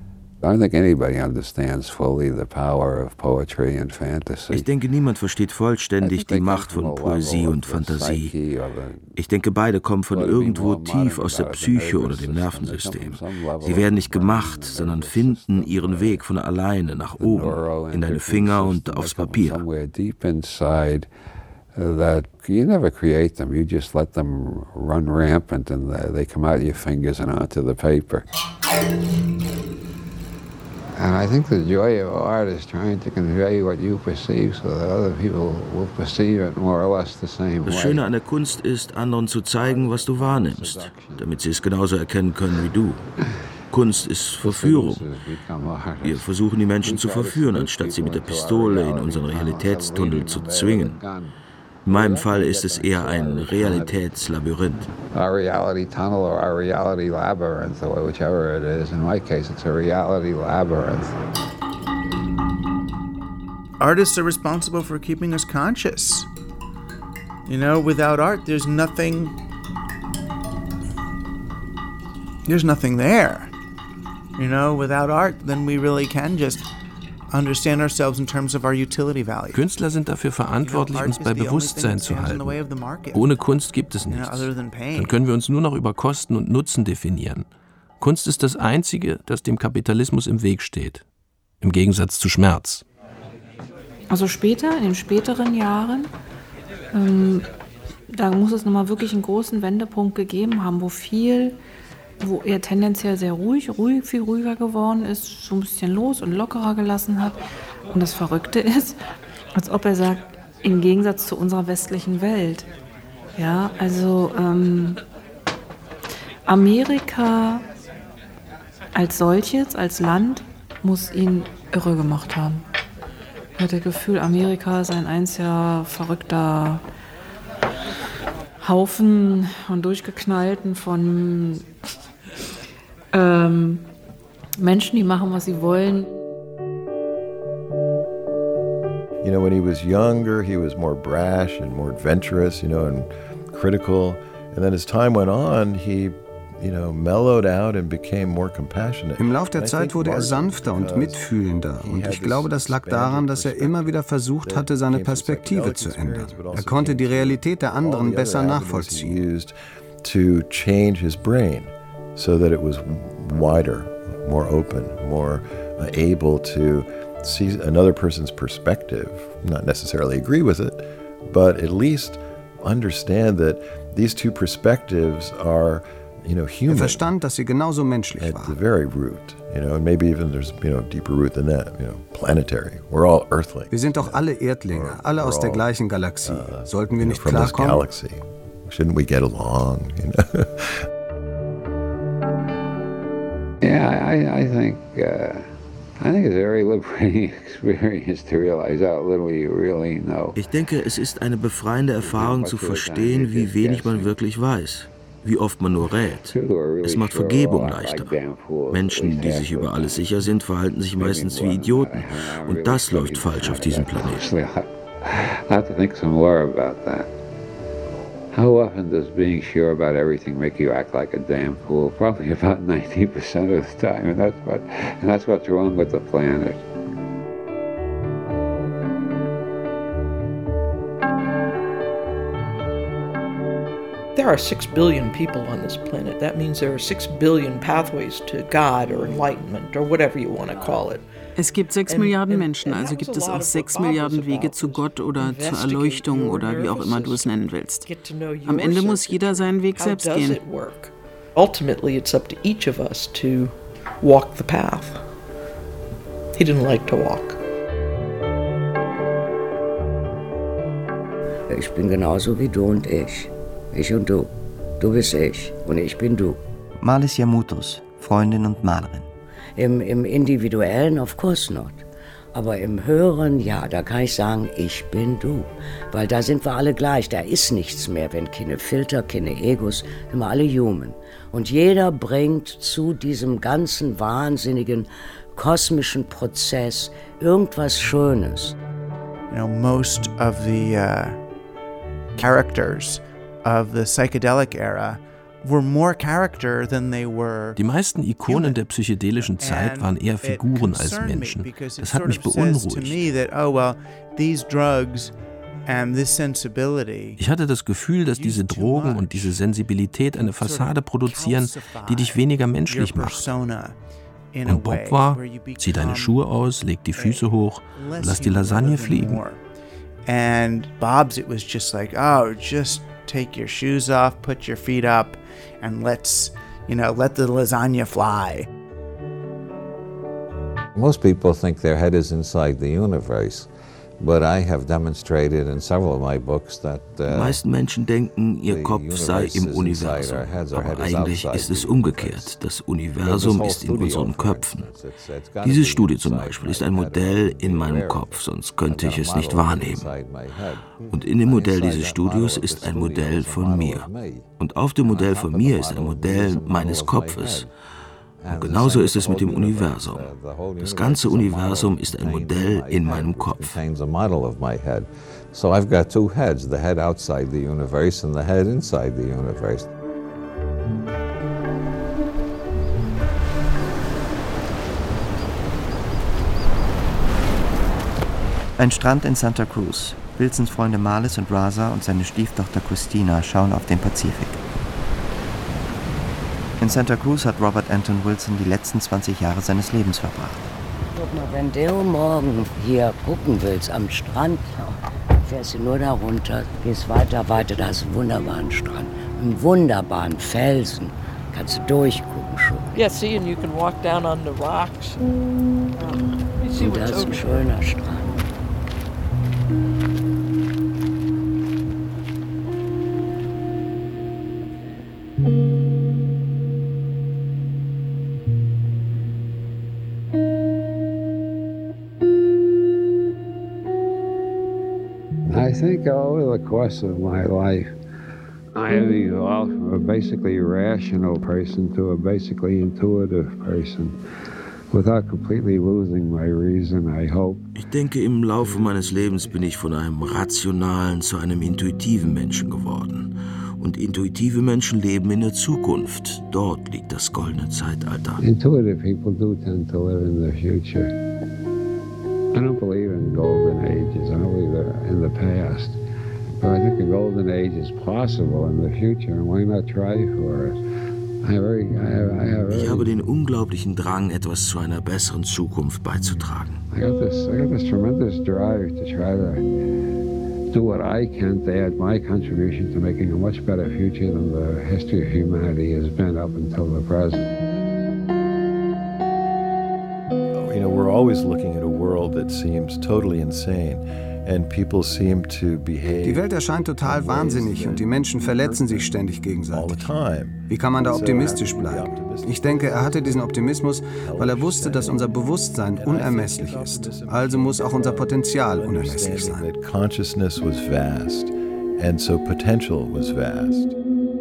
I don't think anybody understands fully the power of poetry and fantasy. Ich denke, niemand versteht vollständig die Macht von Poesie und Fantasie. Ich denke, beide kommen von irgendwo tief aus der Psyche oder dem Nervensystem. Sie werden nicht gemacht, sondern finden ihren Weg von alleine nach oben, in deine Finger und aufs Papier. That you never create them, you just let them run rampant and they come out of your fingers and onto the paper. And I think the joy of art is trying to convey what you perceive so that other people will perceive it more or less the same way. Das Schöne an der Kunst ist, anderen zu zeigen, was du wahrnimmst, damit sie es genauso erkennen können wie du. Kunst ist Verführung. Wir versuchen, die Menschen zu verführen, anstatt sie mit der Pistole in unseren Realitätstunnel zu zwingen. In meinem Fall ist es eher ein Realitätslabyrinth. Our reality tunnel or our reality labyrinth, or whichever it is. In my case, it's a reality labyrinth. Artists are responsible for keeping us conscious. You know, without art, there's nothing. There's nothing there. You know, without art, then we really can just understand ourselves in terms of our utility value. Künstler sind dafür verantwortlich, uns bei Bewusstsein zu halten. Ohne Kunst gibt es nichts. Dann können wir uns nur noch über Kosten und Nutzen definieren. Kunst ist das Einzige, das dem Kapitalismus im Weg steht. Im Gegensatz zu Schmerz. Also später, in den späteren Jahren, ähm, da muss es nochmal wirklich einen großen Wendepunkt gegeben haben, wo viel wo er tendenziell sehr ruhig, ruhig, viel ruhiger geworden ist, so ein bisschen los und lockerer gelassen hat. Und das Verrückte ist, als ob er sagt, im Gegensatz zu unserer westlichen Welt. Ja, also ähm, Amerika als solches, als Land, muss ihn irre gemacht haben. Er hat das Gefühl, Amerika ist ein einziger verrückter Haufen von durchgeknallten, von ähm, Menschen, die machen, was sie wollen. You know, when he was younger, he was more brash and more adventurous, you know, and critical. And then as time went on, he, you know, mellowed out and became more compassionate. Im Lauf der Zeit wurde er sanfter und mitfühlender. Und ich glaube, das lag daran, dass er immer wieder versucht hatte, seine Perspektive zu ändern. Er konnte die Realität der anderen besser nachvollziehen. To change his brain so that it was wider, more open, more able to see another person's perspective, not necessarily agree with it, but at least understand that these two perspectives are, you know, human. Er verstand, dass sie genauso menschlich at waren. the very root, you know, and maybe even there's, you know, deeper root than that, you know, planetary. We're all Earthlings. Wir sind doch alle Erdlinge, alle aus der gleichen Galaxie. Sollten wir nicht from this klarkommen? galaxy. Shouldn't we get along? You know? Yeah, I, I think uh, Ich denke, es ist eine befreiende Erfahrung zu verstehen, wie wenig man wirklich weiß, wie oft man nur rät. Es macht Vergebung leichter. Menschen, die sich über alles sicher sind, verhalten sich meistens wie Idioten. Und das läuft falsch auf diesem Planeten. How often does being sure about everything make you act like a damn fool? Probably about ninety percent of the time, and that's what, and that's what's wrong with the planet. There are six billion people on this planet. That means there are six billion pathways to God or enlightenment or whatever you want to call it. Es gibt sechs Milliarden Menschen, also gibt es auch sechs Milliarden Wege zu Gott oder zur Erleuchtung oder wie auch immer du es nennen willst. Am Ende muss jeder seinen Weg selbst gehen. Ultimately, it's up to each of us to walk the path. He didn't like to walk. Ich bin genauso wie du und ich. Ich und du. Du bist ich und ich bin du. Marlis Yamutos, Freundin und Malerin. Im, Im Individuellen, of course not. Aber im Höheren, ja, da kann ich sagen, ich bin du. Weil da sind wir alle gleich, da ist nichts mehr, wenn keine Filter, keine Egos, sind wir alle human. Und jeder bringt zu diesem ganzen wahnsinnigen kosmischen Prozess irgendwas Schönes. You know, most of the uh, characters of the psychedelic era were more character than they were. Die meisten Ikonen der psychedelischen Zeit waren eher Figuren als Menschen. Das hat mich beunruhigt. Ich hatte das Gefühl, dass diese Drogen und diese Sensibilität eine Fassade produzieren, die dich weniger menschlich macht. Und Bob war, zieh deine Schuhe aus, leg die Füße hoch und lass die Lasagne fliegen. And Bob's, it was just like, oh, just take your shoes off, put your feet up, and let's, you know, let the lasagna fly. Most people think their head is inside the universe, but I have demonstrated in several of my books that uh, Die meisten Menschen denken, ihr Kopf sei im Universum, aber eigentlich ist es umgekehrt. Das Universum ist in unseren Köpfen. Diese Studie zum Beispiel ist ein Modell in meinem Kopf, sonst könnte ich es nicht wahrnehmen. Und in dem Modell dieses Studios ist ein Modell von mir. Und auf dem Modell von mir ist ein Modell meines Kopfes. Und genauso ist es mit dem Universum. Das ganze Universum ist ein Modell in meinem Kopf. So I've got two heads, the head outside the universe and the head inside the universe. Ein Strand in Santa Cruz. Wilsons Freunde Marlis und Raza und seine Stieftochter Christina schauen auf den Pazifik. In Santa Cruz hat Robert Anton Wilson die letzten zwanzig Jahre seines Lebens verbracht. Guck mal, wenn du morgen hier gucken willst am Strand, fährst du nur da runter, gehst weiter, weiter, da ist ein wunderbaren Strand, einen wunderbaren Felsen, kannst du durchgucken schon. Yeah, see, and you can walk down on the rocks. Und das ist ein schöner Strand. I think over the course of my life, I have evolved from a basically rational person to a basically intuitive person, without completely losing my reason, I hope. Ich denke, im Laufe meines Lebens bin ich von einem rationalen zu einem intuitiven Menschen geworden. Und intuitive Menschen leben in der Zukunft. Dort liegt das goldene Zeitalter. Intuitive people do tend to live in the future. I don't believe in golden ages. I don't believe in the past. But I think a golden age is possible in the future, and why not try for it? I have very, I have, I have very, ich habe den unglaublichen Drang, etwas zu einer besseren Zukunft beizutragen. I got this, I got this tremendous drive to try to do what I can to add my contribution to making a much better future than the history of humanity has been up until the present. You know, we're always looking at a world that seems totally insane. Die Welt erscheint total wahnsinnig und die Menschen verletzen sich ständig gegenseitig. Wie kann man da optimistisch bleiben? Ich denke, er hatte diesen Optimismus, weil er wusste, dass unser Bewusstsein unermesslich ist. Also muss auch unser Potenzial unermesslich sein. Consciousness was vast, and so potential was vast.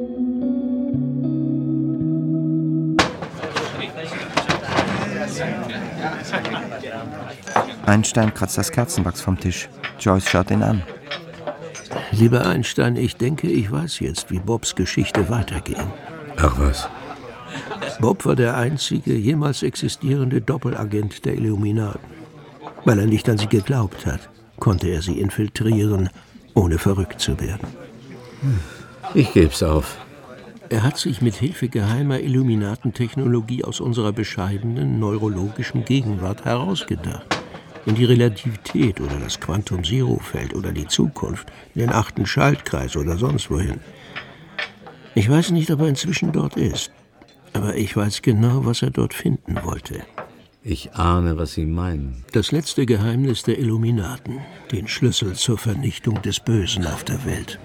Einstein kratzt das Kerzenwachs vom Tisch. Joyce schaut ihn an. Lieber Einstein, ich denke, ich weiß jetzt, wie Bobs Geschichte weiterging. Ach was? Bob war der einzige jemals existierende Doppelagent der Illuminaten. Weil er nicht an sie geglaubt hat, konnte er sie infiltrieren, ohne verrückt zu werden. Ich geb's auf. Er hat sich mit Hilfe geheimer Illuminatentechnologie aus unserer bescheidenen neurologischen Gegenwart herausgedacht. In die Relativität oder das Quantum-Zero-Feld oder die Zukunft, in den achten Schaltkreis oder sonst wohin. Ich weiß nicht, ob er inzwischen dort ist, aber ich weiß genau, was er dort finden wollte. Ich ahne, was Sie meinen. Das letzte Geheimnis der Illuminaten, den Schlüssel zur Vernichtung des Bösen auf der Welt.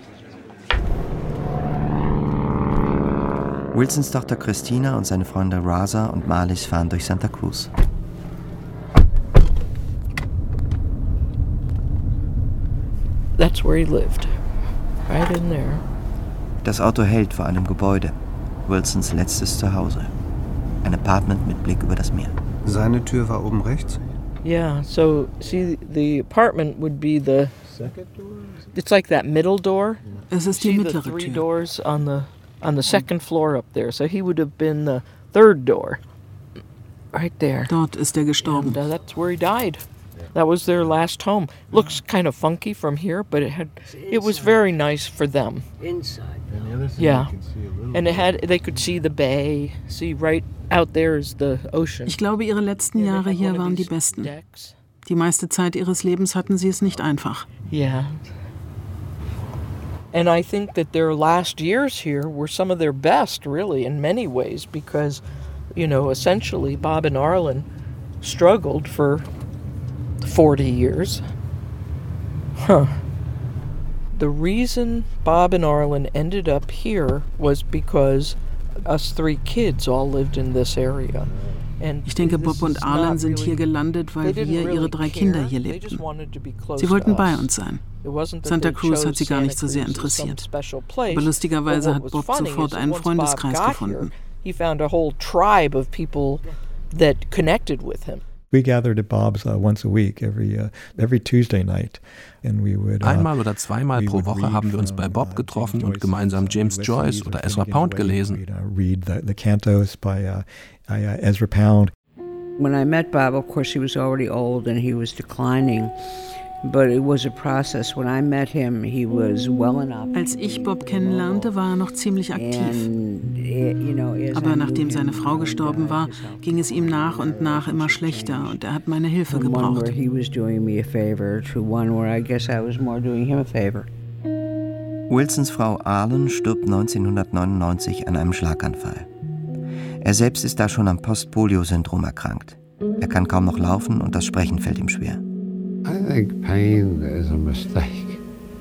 Wilsons Tochter Christina und seine Freunde Raza und Marlies fahren durch Santa Cruz. That's where he lived. Right in there. Das Auto hält vor einem Gebäude. Wilsons letztes Zuhause. Ein Apartment mit Blick über das Meer. Seine Tür war oben rechts? Yeah, so see, the apartment would be the... It's like that middle door. Es ist die mittlere Tür. Three Tür. doors on the on the second floor up there. So he would have been the third door. Right there. Dort ist er gestorben. And, uh, that's where he died. That was their last home. Looks kind of funky from here, but it had it was very nice for them. Inside. Yeah. And it had they could see the bay. See right out there is the ocean. Ich glaube, ihre letzten Jahre hier waren die besten. Die meiste Zeit ihres Lebens hatten sie es nicht einfach. Yeah. And I think that their last years here were some of their best, really, in many ways, because, you know, essentially Bob and Arlen struggled for forty years. Huh. The reason Bob and Arlen ended up here was because us three kids all lived in this area. Ich denke, Bob und Arlen sind hier gelandet, weil wir, ihre drei Kinder, hier lebten. Sie wollten bei uns sein. Santa Cruz hat sie gar nicht so sehr interessiert. Aber lustigerweise hat Bob sofort einen Freundeskreis gefunden. He found a whole tribe of people that connected with him. We gathered at Bob's uh, once a week, every uh, every Tuesday night, and we would. Uh, Einmal oder zweimal pro Woche haben wir uns bei Bob getroffen und gemeinsam James Joyce oder Ezra Pound gelesen. Read the, the cantos by uh, uh, Ezra Pound. When I met Bob, of course, he was already old and he was declining. But it was a process. When I met him, he was well enough. Als ich Bob kennenlernte, war er noch ziemlich aktiv. Aber nachdem seine Frau gestorben war, ging es ihm nach und nach immer schlechter und er hat meine Hilfe gebraucht. Wilsons Frau Arlen stirbt neunzehnhundertneunundneunzig an einem Schlaganfall. Er selbst ist da schon am Post-Polio-Syndrom erkrankt. Er kann kaum noch laufen und das Sprechen fällt ihm schwer. I think pain is a mistake.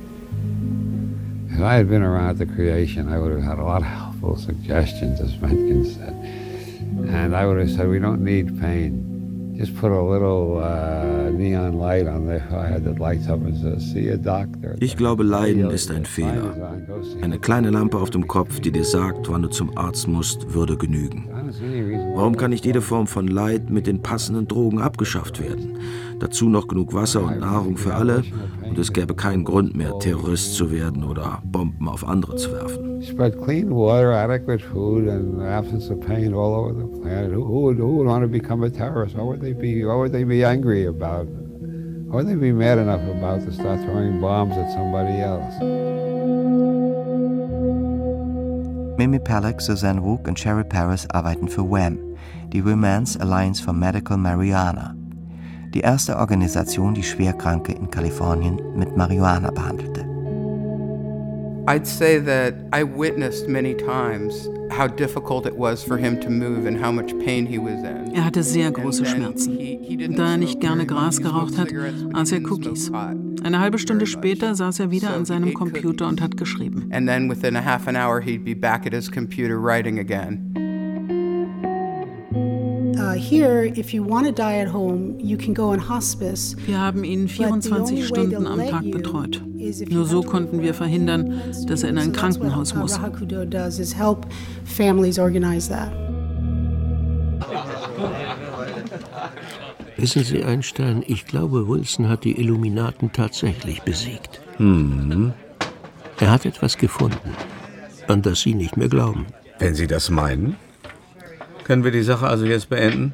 If I had been around at the creation, I would have had a lot of helpful suggestions, as Mencken said. And I would have said, we don't need pain. Just put a little uh, neon light on the fire that lights up and says, see a doctor. Ich glaube, Leiden ist ein Fehler. Eine kleine Lampe auf dem Kopf, die dir sagt, wann du zum Arzt musst, würde genügen. Warum kann nicht jede Form von Leid mit den passenden Drogen abgeschafft werden? Dazu noch genug Wasser und Nahrung für alle und es gäbe keinen Grund mehr, Terrorist zu werden oder Bomben auf andere zu werfen. Spread clean water, adequate food and absence of pain all over the planet. Who, who, would, who would want to become a terrorist? What would they be, what would they be angry about? What would they be mad enough about to start throwing bombs at somebody else? Mimi Palick, Suzanne Wook und Sherry Paris arbeiten für W A M, die Women's Alliance for Medical Marijuana. Die erste Organisation, die Schwerkranke in Kalifornien mit Marihuana behandelte. I'd say that I witnessed many times how difficult it was for him to move and how much pain he was in. Er hatte sehr große Schmerzen. Da er nicht gerne Gras geraucht hat, aß er Cookies. Eine halbe Stunde später saß er wieder an seinem Computer und hat geschrieben. And then within a half an hour he'd be back at his computer writing again. Uh, here, if you want to die at home, you can go in hospice. Wir haben ihn vierundzwanzig Stunden am Tag betreut. Nur so konnten wir verhindern, dass er in ein Krankenhaus muss. Wissen Sie, Einstein, ich glaube, Wilson hat die Illuminaten tatsächlich besiegt. Hm. Er hat etwas gefunden, an das Sie nicht mehr glauben. Wenn Sie das meinen, können wir die Sache also jetzt beenden?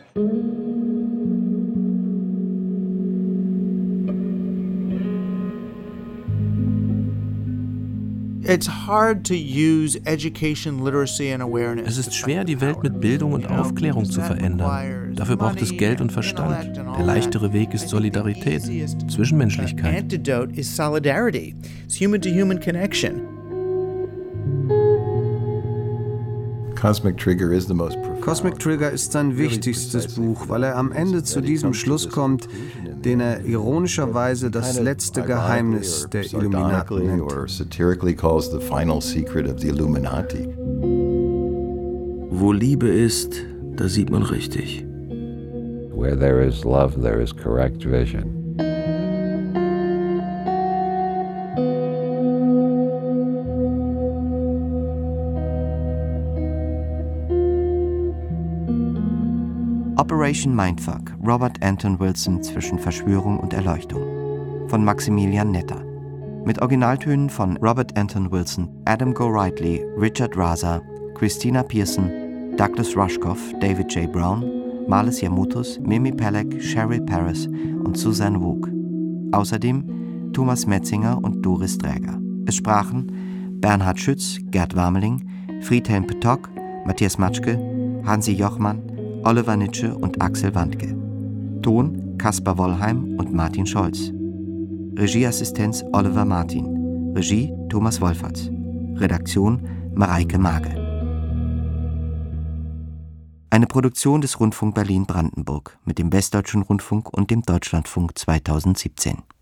Es ist schwer, die Welt mit Bildung und Aufklärung zu verändern. Dafür braucht es Geld und Verstand. Der leichtere Weg ist Solidarität, Zwischenmenschlichkeit. Antidote is solidarity. It's human-to-human connection. Cosmic Trigger is the most Cosmic Trigger ist sein wichtigstes Buch, weil er am Ende zu diesem Schluss kommt, den er ironischerweise das letzte Geheimnis der Illuminaten nennt. Wo Liebe ist, da sieht man richtig. Where there is love, there is correct vision. Operation Mindfuck, Robert Anton Wilson zwischen Verschwörung und Erleuchtung von Maximilian Netter. Mit Originaltönen von Robert Anton Wilson, Adam Gorightly, Richard Raza, Christina Pearson, Douglas Rushkoff, David J. Brown, Marlis Yamutus, Mimi Pellek, Cheryl Paris und Susan Woog. Außerdem Thomas Metzinger und Doris Dräger. Es sprachen Bernhard Schütz, Gerd Warmeling, Friedhelm Petok, Matthias Matschke, Hansi Jochmann, Oliver Nitsche und Axel Wandke. Ton Kaspar Wollheim und Martin Scholz. Regieassistenz Oliver Martin. Regie Thomas Wolferts. Redaktion Mareike Magel. Eine Produktion des Rundfunk Berlin-Brandenburg mit dem Westdeutschen Rundfunk und dem Deutschlandfunk zweitausendsiebzehn.